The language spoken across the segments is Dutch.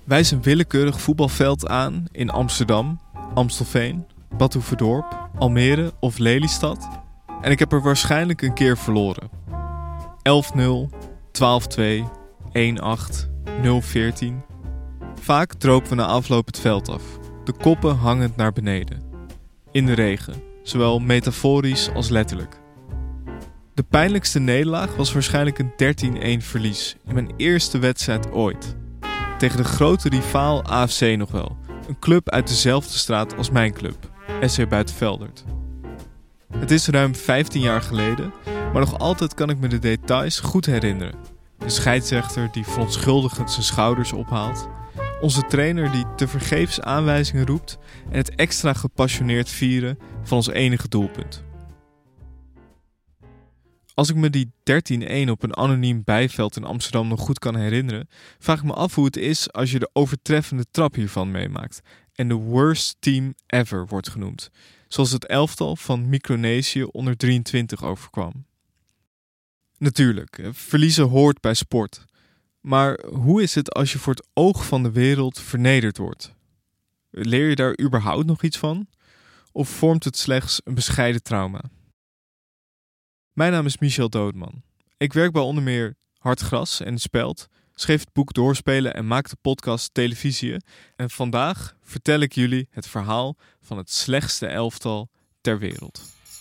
Wijs een willekeurig voetbalveld aan in Amsterdam, Amstelveen, Bad Hoeverdorp, Almere of Lelystad en ik heb er waarschijnlijk een keer verloren. 11-0, 12-2, 1-8, 0-14. Vaak dropen we na afloop het veld af, de koppen hangend naar beneden. In de regen, zowel metaforisch als letterlijk. De pijnlijkste nederlaag was waarschijnlijk een 13-1 verlies in mijn eerste wedstrijd ooit. Tegen de grote rivaal AFC nog wel, een club uit dezelfde straat als mijn club, SC Buitenveldert. Het is ruim 15 jaar geleden, maar nog altijd kan ik me de details goed herinneren. De scheidsrechter die verontschuldigend zijn schouders ophaalt, onze trainer die tevergeefs aanwijzingen roept en het extra gepassioneerd vieren van ons enige doelpunt. Als ik me die 13-1 op een anoniem bijveld in Amsterdam nog goed kan herinneren, vraag ik me af hoe het is als je de overtreffende trap hiervan meemaakt en de worst team ever wordt genoemd, zoals het elftal van Micronesië onder 23 overkwam. Natuurlijk, verliezen hoort bij sport. Maar hoe is het als je voor het oog van de wereld vernederd wordt? Leer je daar überhaupt nog iets van? Of vormt het slechts een bescheiden trauma? Mijn naam is Michel Doodman. Ik werk bij onder meer Hartgras en Speld, schreef het boek Doorspelen en maak de podcast Televisie. En vandaag vertel ik jullie het verhaal van het slechtste elftal ter wereld.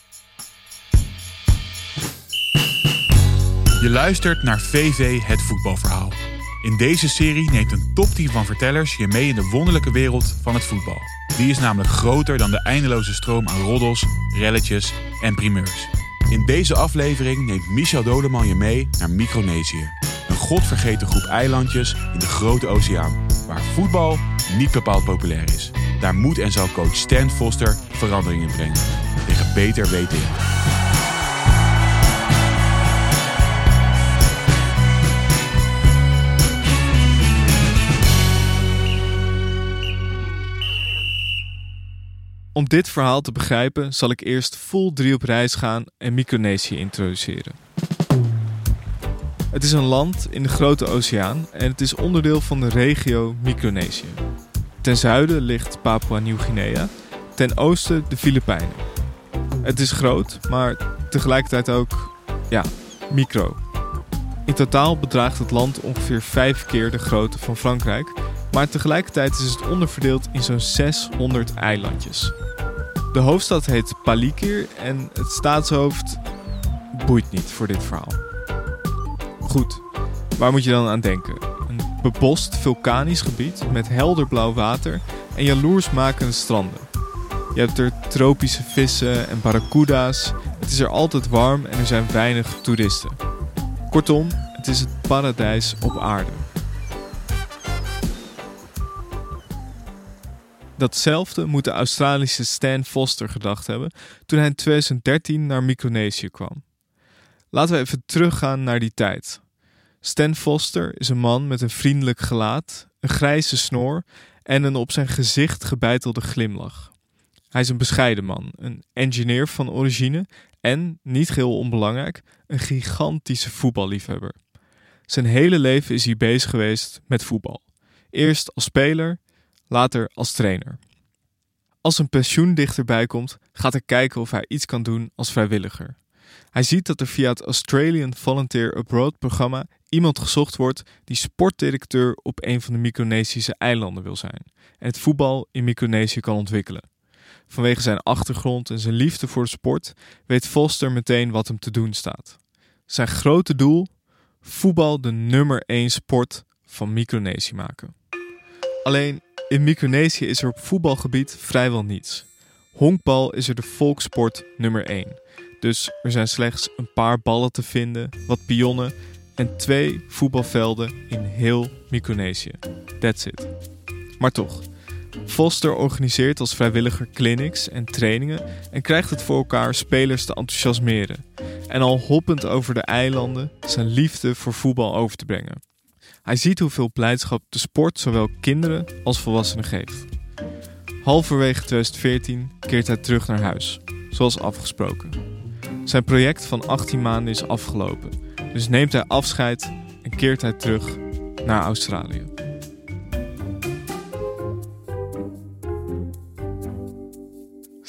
Je luistert naar VV Het Voetbalverhaal. In deze serie neemt een top 10 van vertellers je mee in de wonderlijke wereld van het voetbal. Die is namelijk groter dan de eindeloze stroom aan roddels, relletjes en primeurs. In deze aflevering neemt Michel Dodeman je mee naar Micronesië. Een godvergeten groep eilandjes in de grote oceaan, waar voetbal niet bepaald populair is. Daar moet en zal coach Stan Foster verandering in brengen. Tegen beter weten in. Om dit verhaal te begrijpen zal ik eerst full 3 op reis gaan en Micronesië introduceren. Het is een land in de Grote Oceaan en het is onderdeel van de regio Micronesië. Ten zuiden ligt Papua-Nieuw-Guinea, ten oosten de Filipijnen. Het is groot, maar tegelijkertijd ook, micro. In totaal bedraagt het land ongeveer 5 keer de grootte van Frankrijk, maar tegelijkertijd is het onderverdeeld in zo'n 600 eilandjes. De hoofdstad heet Palikir en het staatshoofd boeit niet voor dit verhaal. Goed, waar moet je dan aan denken? Een bebost vulkanisch gebied met helder blauw water en jaloersmakende stranden. Je hebt er tropische vissen en barracuda's, het is er altijd warm en er zijn weinig toeristen. Kortom, het is het paradijs op aarde. Datzelfde moet de Australische Stan Foster gedacht hebben toen hij in 2013 naar Micronesië kwam. Laten we even teruggaan naar die tijd. Stan Foster is een man met een vriendelijk gelaat, een grijze snor en een op zijn gezicht gebeitelde glimlach. Hij is een bescheiden man, een engineer van origine en, niet geheel onbelangrijk, een gigantische voetballiefhebber. Zijn hele leven is hij bezig geweest met voetbal. Eerst als speler, later als trainer. Als een pensioen dichterbij komt, gaat hij kijken of hij iets kan doen als vrijwilliger. Hij ziet dat er via het Australian Volunteer Abroad programma iemand gezocht wordt die sportdirecteur op een van de Micronesische eilanden wil zijn en het voetbal in Micronesië kan ontwikkelen. Vanwege zijn achtergrond en zijn liefde voor de sport weet Foster meteen wat hem te doen staat. Zijn grote doel: voetbal de nummer 1 sport van Micronesië maken. Alleen in Micronesië is er op voetbalgebied vrijwel niets. Honkbal is er de volkssport nummer 1. Dus er zijn slechts een paar ballen te vinden, wat pionnen en 2 voetbalvelden in heel Micronesië. That's it. Maar toch, Foster organiseert als vrijwilliger clinics en trainingen en krijgt het voor elkaar spelers te enthousiasmeren. En al hoppend over de eilanden zijn liefde voor voetbal over te brengen. Hij ziet hoeveel blijdschap de sport zowel kinderen als volwassenen geeft. Halverwege 2014 keert hij terug naar huis, zoals afgesproken. Zijn project van 18 maanden is afgelopen, dus neemt hij afscheid en keert hij terug naar Australië.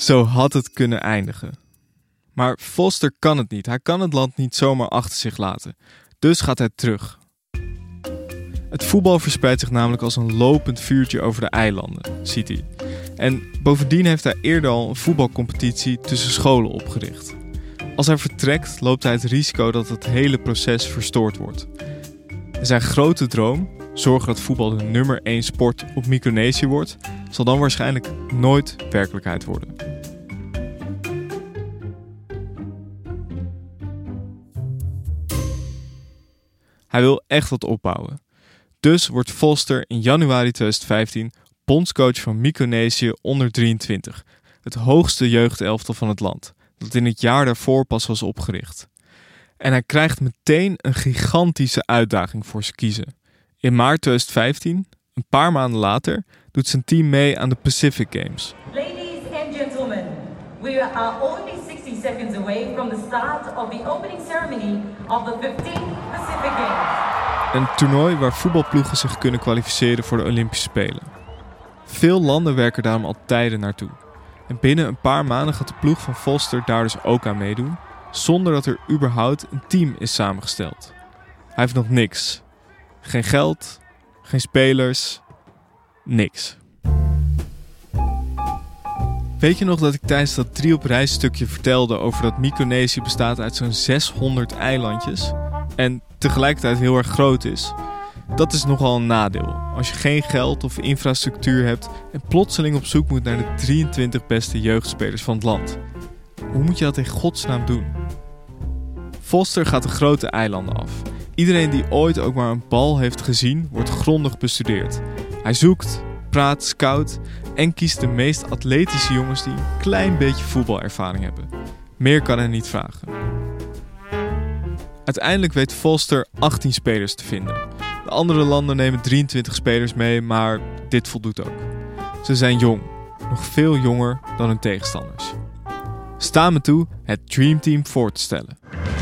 Zo had het kunnen eindigen. Maar Foster kan het niet. Hij kan het land niet zomaar achter zich laten. Dus gaat hij terug. Het voetbal verspreidt zich namelijk als een lopend vuurtje over de eilanden, ziet hij. En bovendien heeft hij eerder al een voetbalcompetitie tussen scholen opgericht. Als hij vertrekt, loopt hij het risico dat het hele proces verstoord wordt. En zijn grote droom, zorgen dat voetbal de nummer 1 sport op Micronesië wordt, zal dan waarschijnlijk nooit werkelijkheid worden. Hij wil echt wat opbouwen. Dus wordt Foster in januari 2015 bondscoach van Micronesië onder 23, het hoogste jeugdelftal van het land, dat in het jaar daarvoor pas was opgericht. En hij krijgt meteen een gigantische uitdaging voor zijn kiezen. In maart 2015, een paar maanden later, doet zijn team mee aan de Pacific Games. Ladies and gentlemen, we are only 60 seconds away from the start of the opening ceremony of the 15 Pacific Games. Een toernooi waar voetbalploegen zich kunnen kwalificeren voor de Olympische Spelen. Veel landen werken daarom al tijden naartoe. En binnen een paar maanden gaat de ploeg van Foster daar dus ook aan meedoen, zonder dat er überhaupt een team is samengesteld. Hij heeft nog niks. Geen geld, geen spelers, niks. Weet je nog dat ik tijdens dat 3 op reis stukje vertelde over dat Micronesië bestaat uit zo'n 600 eilandjes en tegelijkertijd heel erg groot is? Dat is nogal een nadeel. Als je geen geld of infrastructuur hebt en plotseling op zoek moet naar de 23 beste jeugdspelers van het land. Hoe moet je dat in godsnaam doen? Foster gaat de grote eilanden af. Iedereen die ooit ook maar een bal heeft gezien, wordt grondig bestudeerd. Hij zoekt, praat, scout en kiest de meest atletische jongens die een klein beetje voetbalervaring hebben. Meer kan hij niet vragen. Uiteindelijk weet Foster 18 spelers te vinden. De andere landen nemen 23 spelers mee, maar dit voldoet ook. Ze zijn jong, nog veel jonger dan hun tegenstanders. Sta me toe het Dream Team voor te stellen.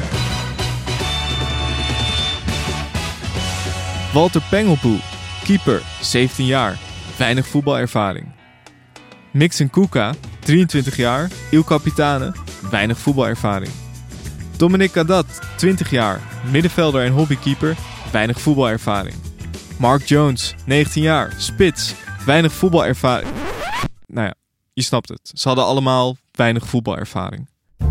Walter Pengelboe, keeper, 17 jaar, weinig voetbalervaring. Mixon Kuka, 23 jaar, il capitane, weinig voetbalervaring. Dominic Adat, 20 jaar, middenvelder en hobbykeeper, weinig voetbalervaring. Mark Jones, 19 jaar, spits, weinig voetbalervaring. Nou ja, je snapt het. Ze hadden allemaal weinig voetbalervaring.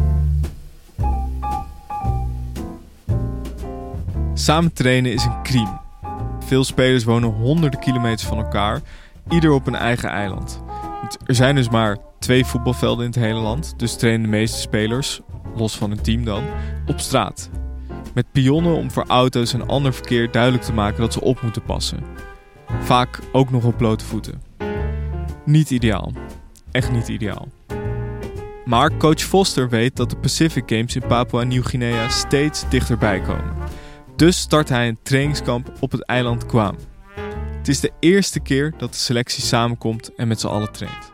Samen trainen is een crime. Veel spelers wonen honderden kilometers van elkaar, ieder op een eigen eiland. Er zijn dus maar 2 voetbalvelden in het hele land, dus trainen de meeste spelers, los van hun team dan, op straat. Met pionnen om voor auto's en ander verkeer duidelijk te maken dat ze op moeten passen. Vaak ook nog op blote voeten. Niet ideaal. Echt niet ideaal. Maar coach Foster weet dat de Pacific Games in Papua Nieuw-Guinea steeds dichterbij komen. Dus start hij een trainingskamp op het eiland Guam. Het is de eerste keer dat de selectie samenkomt en met z'n allen traint.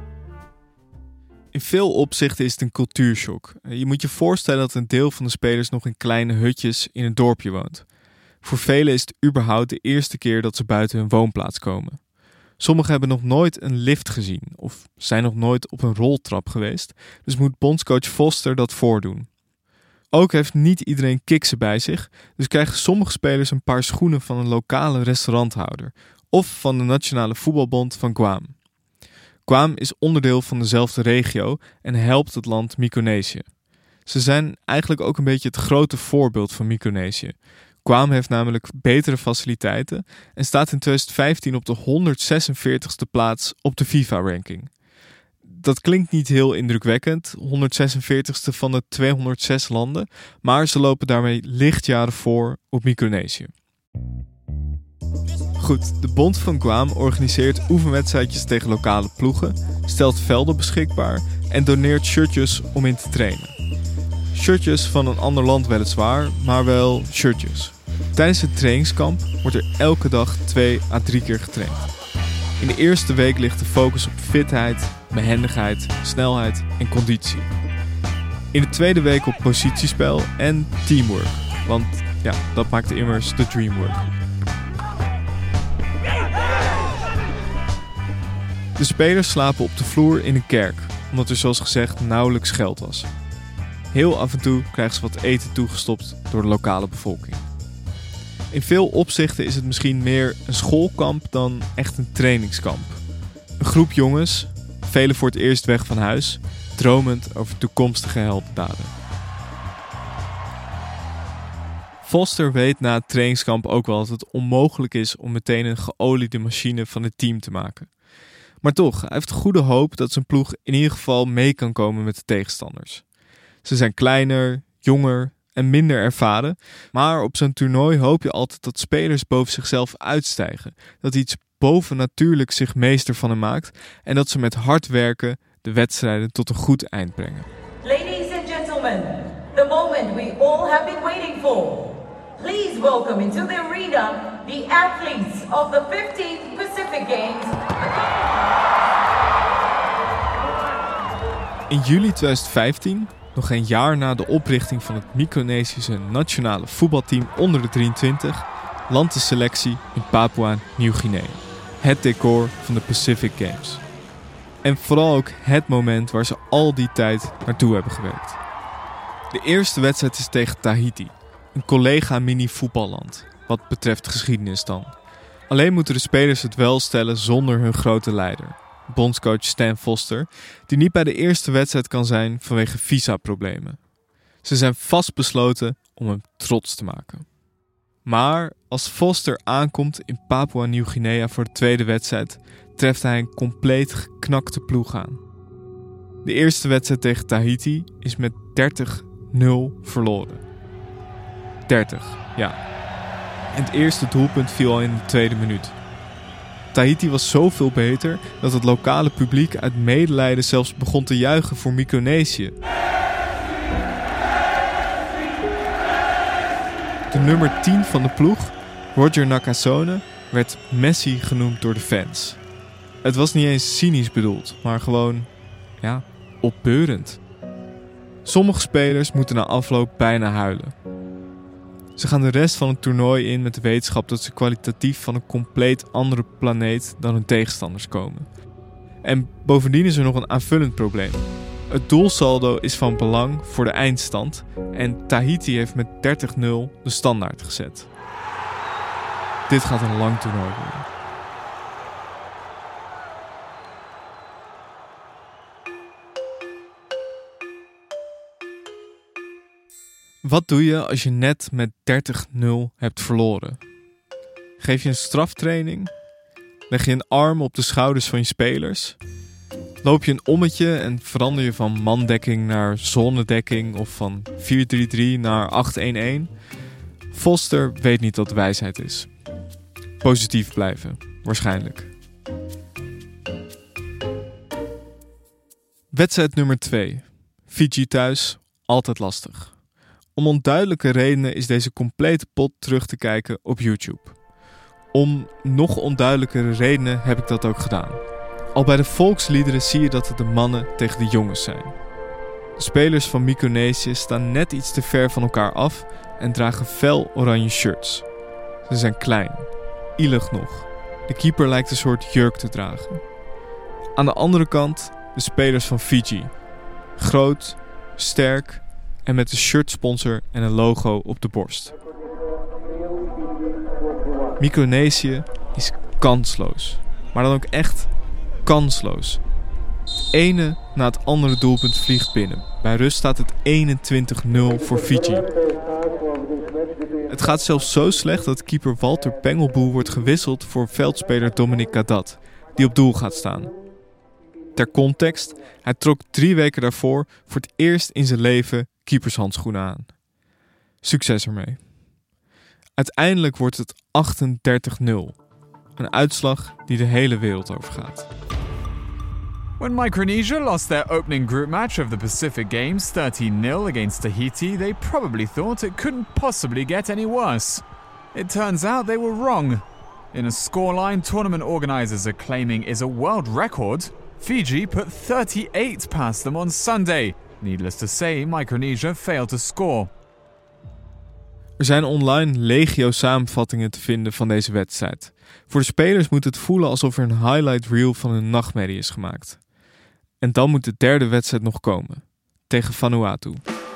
In veel opzichten is het een cultuurshock. Je moet je voorstellen dat een deel van de spelers nog in kleine hutjes in een dorpje woont. Voor velen is het überhaupt de eerste keer dat ze buiten hun woonplaats komen. Sommigen hebben nog nooit een lift gezien of zijn nog nooit op een roltrap geweest, dus moet bondscoach Foster dat voordoen. Ook heeft niet iedereen kiksen bij zich, dus krijgen sommige spelers een paar schoenen van een lokale restauranthouder of van de Nationale Voetbalbond van Guam. Guam is onderdeel van dezelfde regio en helpt het land Micronesië. Ze zijn eigenlijk ook een beetje het grote voorbeeld van Micronesië. Guam heeft namelijk betere faciliteiten en staat in 2015 op de 146e plaats op de FIFA-ranking. Dat klinkt niet heel indrukwekkend, 146e van de 206 landen, maar ze lopen daarmee lichtjaren voor op Micronesië. Goed, de Bond van Guam organiseert oefenwedstrijdjes tegen lokale ploegen, stelt velden beschikbaar en doneert shirtjes om in te trainen. Shirtjes van een ander land weliswaar, maar wel shirtjes. Tijdens het trainingskamp wordt er elke dag 2 à 3 keer getraind. In de eerste week ligt de focus op fitheid, behendigheid, snelheid en conditie. In de tweede week op positiespel en teamwork, want ja, dat maakt immers de dreamwork. De spelers slapen op de vloer in een kerk, omdat er zoals gezegd nauwelijks geld was. Heel af en toe krijgen ze wat eten toegestopt door de lokale bevolking. In veel opzichten is het misschien meer een schoolkamp dan echt een trainingskamp. Een groep jongens, velen voor het eerst weg van huis, dromend over toekomstige heldendaden. Foster weet na het trainingskamp ook wel dat het onmogelijk is om meteen een geoliede machine van het team te maken. Maar toch, hij heeft goede hoop dat zijn ploeg in ieder geval mee kan komen met de tegenstanders. Ze zijn kleiner, jonger en minder ervaren, maar op zo'n toernooi hoop je altijd dat spelers boven zichzelf uitstijgen. Dat iets bovennatuurlijk zich meester van hen maakt en dat ze met hard werken de wedstrijden tot een goed eind brengen. Ladies and gentlemen, the moment we all have been waiting for. Please welcome into the arena the athletes of the 15th Pacific Games. In juli 2015, nog geen jaar na de oprichting van het Micronesische nationale voetbalteam onder de 23, landt de selectie in Papua-Nieuw-Guinea. Het decor van de Pacific Games. En vooral ook het moment waar ze al die tijd naartoe hebben gewerkt. De eerste wedstrijd is tegen Tahiti, een collega mini-voetballand, wat betreft geschiedenis dan. Alleen moeten de spelers het wel stellen zonder hun grote leider, bondscoach Stan Foster, die niet bij de eerste wedstrijd kan zijn vanwege visaproblemen. Ze zijn vastbesloten om hem trots te maken. Maar als Foster aankomt in Papua-Nieuw-Guinea voor de tweede wedstrijd, treft hij een compleet geknakte ploeg aan. De eerste wedstrijd tegen Tahiti is met 30-0 verloren. 30, ja. En het eerste doelpunt viel al in de tweede minuut. Tahiti was zoveel beter dat het lokale publiek uit medelijden zelfs begon te juichen voor Micronesië. De nummer 10 van de ploeg, Roger Nakasone, werd Messi genoemd door de fans. Het was niet eens cynisch bedoeld, maar gewoon, opbeurend. Sommige spelers moeten na afloop bijna huilen. Ze gaan de rest van het toernooi in met de wetenschap dat ze kwalitatief van een compleet andere planeet dan hun tegenstanders komen. En bovendien is er nog een aanvullend probleem. Het doelsaldo is van belang voor de eindstand en Tahiti heeft met 30-0 de standaard gezet. Dit gaat een lang toernooi worden. Wat doe je als je net met 30-0 hebt verloren? Geef je een straftraining? Leg je een arm op de schouders van je spelers? Loop je een ommetje en verander je van mandekking naar zonedekking of van 4-3-3 naar 8-1-1? Foster weet niet wat wijsheid is. Positief blijven, waarschijnlijk. Wedstrijd nummer 2. Fiji thuis, altijd lastig. Om onduidelijke redenen is deze complete pot terug te kijken op YouTube. Om nog onduidelijkere redenen heb ik dat ook gedaan. Al bij de volksliederen zie je dat het de mannen tegen de jongens zijn. De spelers van Micronesië staan net iets te ver van elkaar af en dragen fel oranje shirts. Ze zijn klein, ielig nog. De keeper lijkt een soort jurk te dragen. Aan de andere kant de spelers van Fiji. Groot, sterk en met een shirtsponsor en een logo op de borst. Micronesië is kansloos. Maar dan ook echt kansloos. Het ene na het andere doelpunt vliegt binnen. Bij rust staat het 21-0 voor Fiji. Het gaat zelfs zo slecht dat keeper Walter Pengelboe wordt gewisseld voor veldspeler Dominic Kadat, die op doel gaat staan. Ter context, hij trok 3 weken daarvoor voor het eerst in zijn leven keepershandschoenen aan. Succes ermee. Uiteindelijk wordt het 38-0. Een uitslag die de hele wereld overgaat. When Micronesia lost their opening group match of the Pacific Games 13-0 against Tahiti, they probably thought it couldn't possibly get any worse. It turns out they were wrong. In a scoreline tournament organizers are claiming is a world record, Fiji put 38 past them on Sunday. Needless to say, Micronesia failed to score. Er zijn online legio samenvattingen te vinden van deze wedstrijd. Voor de spelers moet het voelen alsof er een highlight reel van een nachtmerrie is gemaakt. En dan moet de derde wedstrijd nog komen. Tegen Vanuatu.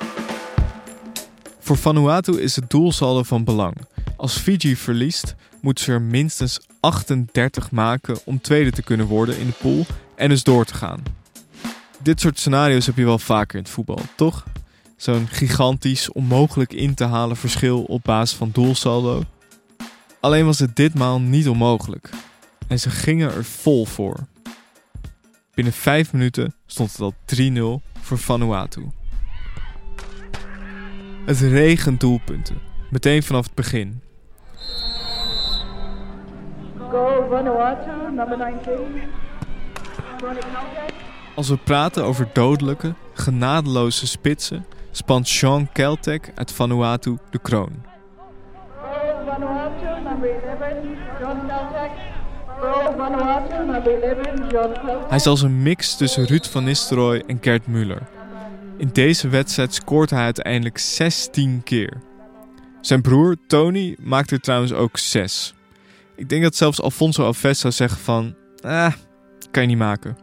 Voor Vanuatu is het doelsaldo van belang. Als Fiji verliest, moeten ze er minstens 38 maken om tweede te kunnen worden in de pool en dus door te gaan. Dit soort scenario's heb je wel vaker in het voetbal, toch? Zo'n gigantisch, onmogelijk in te halen verschil op basis van doelsaldo. Alleen was het ditmaal niet onmogelijk. En ze gingen er vol voor. Binnen 5 minuten stond het al 3-0 voor Vanuatu. Het regent doelpunten, meteen vanaf het begin. Go Vanuatu, number 19. Als we praten over dodelijke, genadeloze spitsen, spant Sean Keltek uit Vanuatu de kroon. Go Vanuatu, number 11, John Keltek. Go Vanuatu, number 11, John Keltek. Hij is als een mix tussen Ruud van Nistelrooy en Gerd Müller. In deze wedstrijd scoort hij uiteindelijk 16 keer. Zijn broer Tony maakt er trouwens ook 6. Ik denk dat zelfs Alfonso Alves zou zeggen van... kan je niet maken.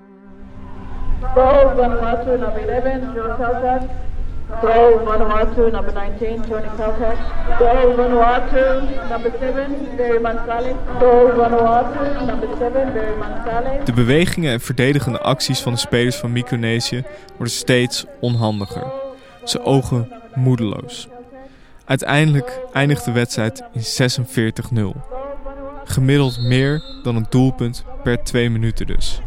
Go Vanuatu, number 11, John Keltek. Go Vanuatu, number 19, Tony Keltek. Go Vanuatu, number 7, Barry Mansale. Go Vanuatu, number 7, Barry Mansale. De bewegingen en verdedigende acties van de spelers van Micronesië worden steeds onhandiger. Ze ogen moedeloos. Uiteindelijk eindigt de wedstrijd in 46-0. Gemiddeld meer dan een doelpunt per 2 minuten dus.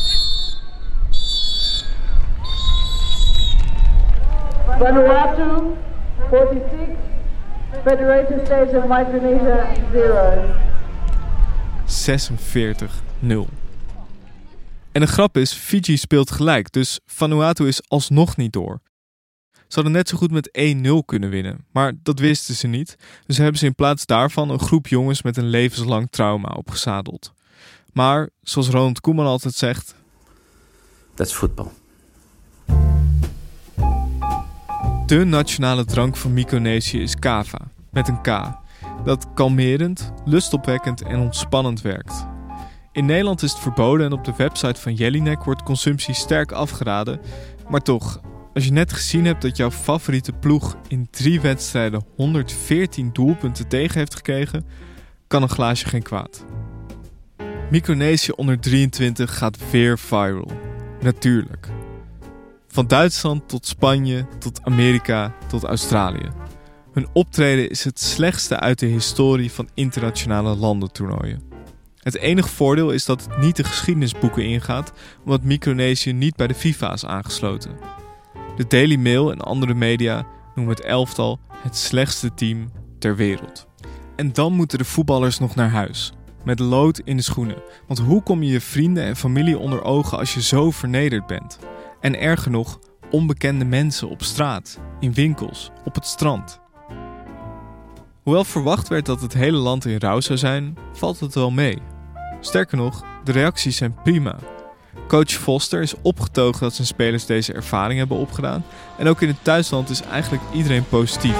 Vanuatu, 46. Federated States of Micronesia, 0. 46-0. En de grap is, Fiji speelt gelijk, dus Vanuatu is alsnog niet door. Ze hadden net zo goed met 1-0 kunnen winnen, maar dat wisten ze niet. Dus hebben ze in plaats daarvan een groep jongens met een levenslang trauma opgezadeld. Maar, zoals Ronald Koeman altijd zegt... That's football. De nationale drank van Micronesië is kava, met een K. Dat kalmerend, lustopwekkend en ontspannend werkt. In Nederland is het verboden en op de website van Jelinek wordt consumptie sterk afgeraden. Maar toch, als je net gezien hebt dat jouw favoriete ploeg in 3 wedstrijden 114 doelpunten tegen heeft gekregen, kan een glaasje geen kwaad. Micronesië onder 23 gaat weer viral. Natuurlijk. Van Duitsland tot Spanje, tot Amerika, tot Australië. Hun optreden is het slechtste uit de historie van internationale landentoernooien. Het enige voordeel is dat het niet de geschiedenisboeken ingaat, omdat Micronesië niet bij de FIFA is aangesloten. De Daily Mail en andere media noemen het elftal het slechtste team ter wereld. En dan moeten de voetballers nog naar huis, met lood in de schoenen. Want hoe kom je je vrienden en familie onder ogen als je zo vernederd bent? En erger nog, onbekende mensen op straat, in winkels, op het strand. Hoewel verwacht werd dat het hele land in rouw zou zijn, valt het wel mee. Sterker nog, de reacties zijn prima. Coach Foster is opgetogen dat zijn spelers deze ervaring hebben opgedaan. En ook in het thuisland is eigenlijk iedereen positief.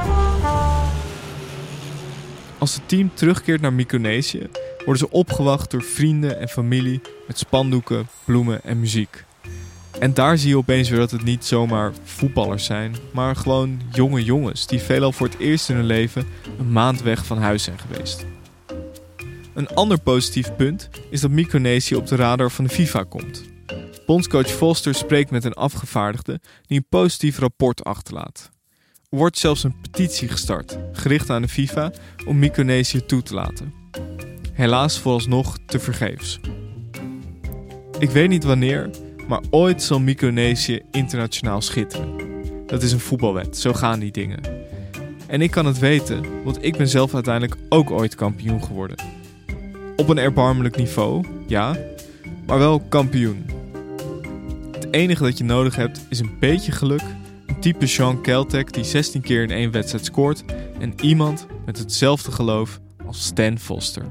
Als het team terugkeert naar Micronesië, worden ze opgewacht door vrienden en familie met spandoeken, bloemen en muziek. En daar zie je opeens weer dat het niet zomaar voetballers zijn, maar gewoon jonge jongens die veelal voor het eerst in hun leven een maand weg van huis zijn geweest. Een ander positief punt is dat Micronesië op de radar van de FIFA komt. Bondscoach Foster spreekt met een afgevaardigde die een positief rapport achterlaat. Er wordt zelfs een petitie gestart, gericht aan de FIFA, om Micronesië toe te laten. Helaas vooralsnog tevergeefs. Ik weet niet wanneer, maar ooit zal Micronesië internationaal schitteren. Dat is een voetbalwet, zo gaan die dingen. En ik kan het weten, want ik ben zelf uiteindelijk ook ooit kampioen geworden. Op een erbarmelijk niveau, ja, maar wel kampioen. Het enige dat je nodig hebt is een beetje geluk, een type Sean Keltek die 16 keer in 1 wedstrijd scoort en iemand met hetzelfde geloof als Stan Foster.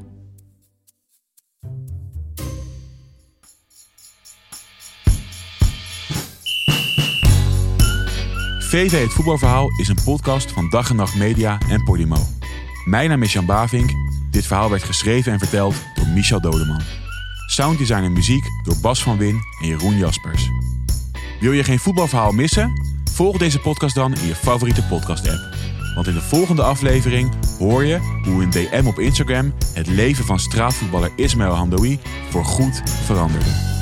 VV Het Voetbalverhaal is een podcast van Dag en Nacht Media en Podimo. Mijn naam is Jan Bavink. Dit verhaal werd geschreven en verteld door Michel Dodeman. Sounddesign en muziek door Bas van Win en Jeroen Jaspers. Wil je geen voetbalverhaal missen? Volg deze podcast dan in je favoriete podcast-app. Want in de volgende aflevering hoor je hoe een DM op Instagram het leven van straatvoetballer Ismail Hamdoui voorgoed veranderde.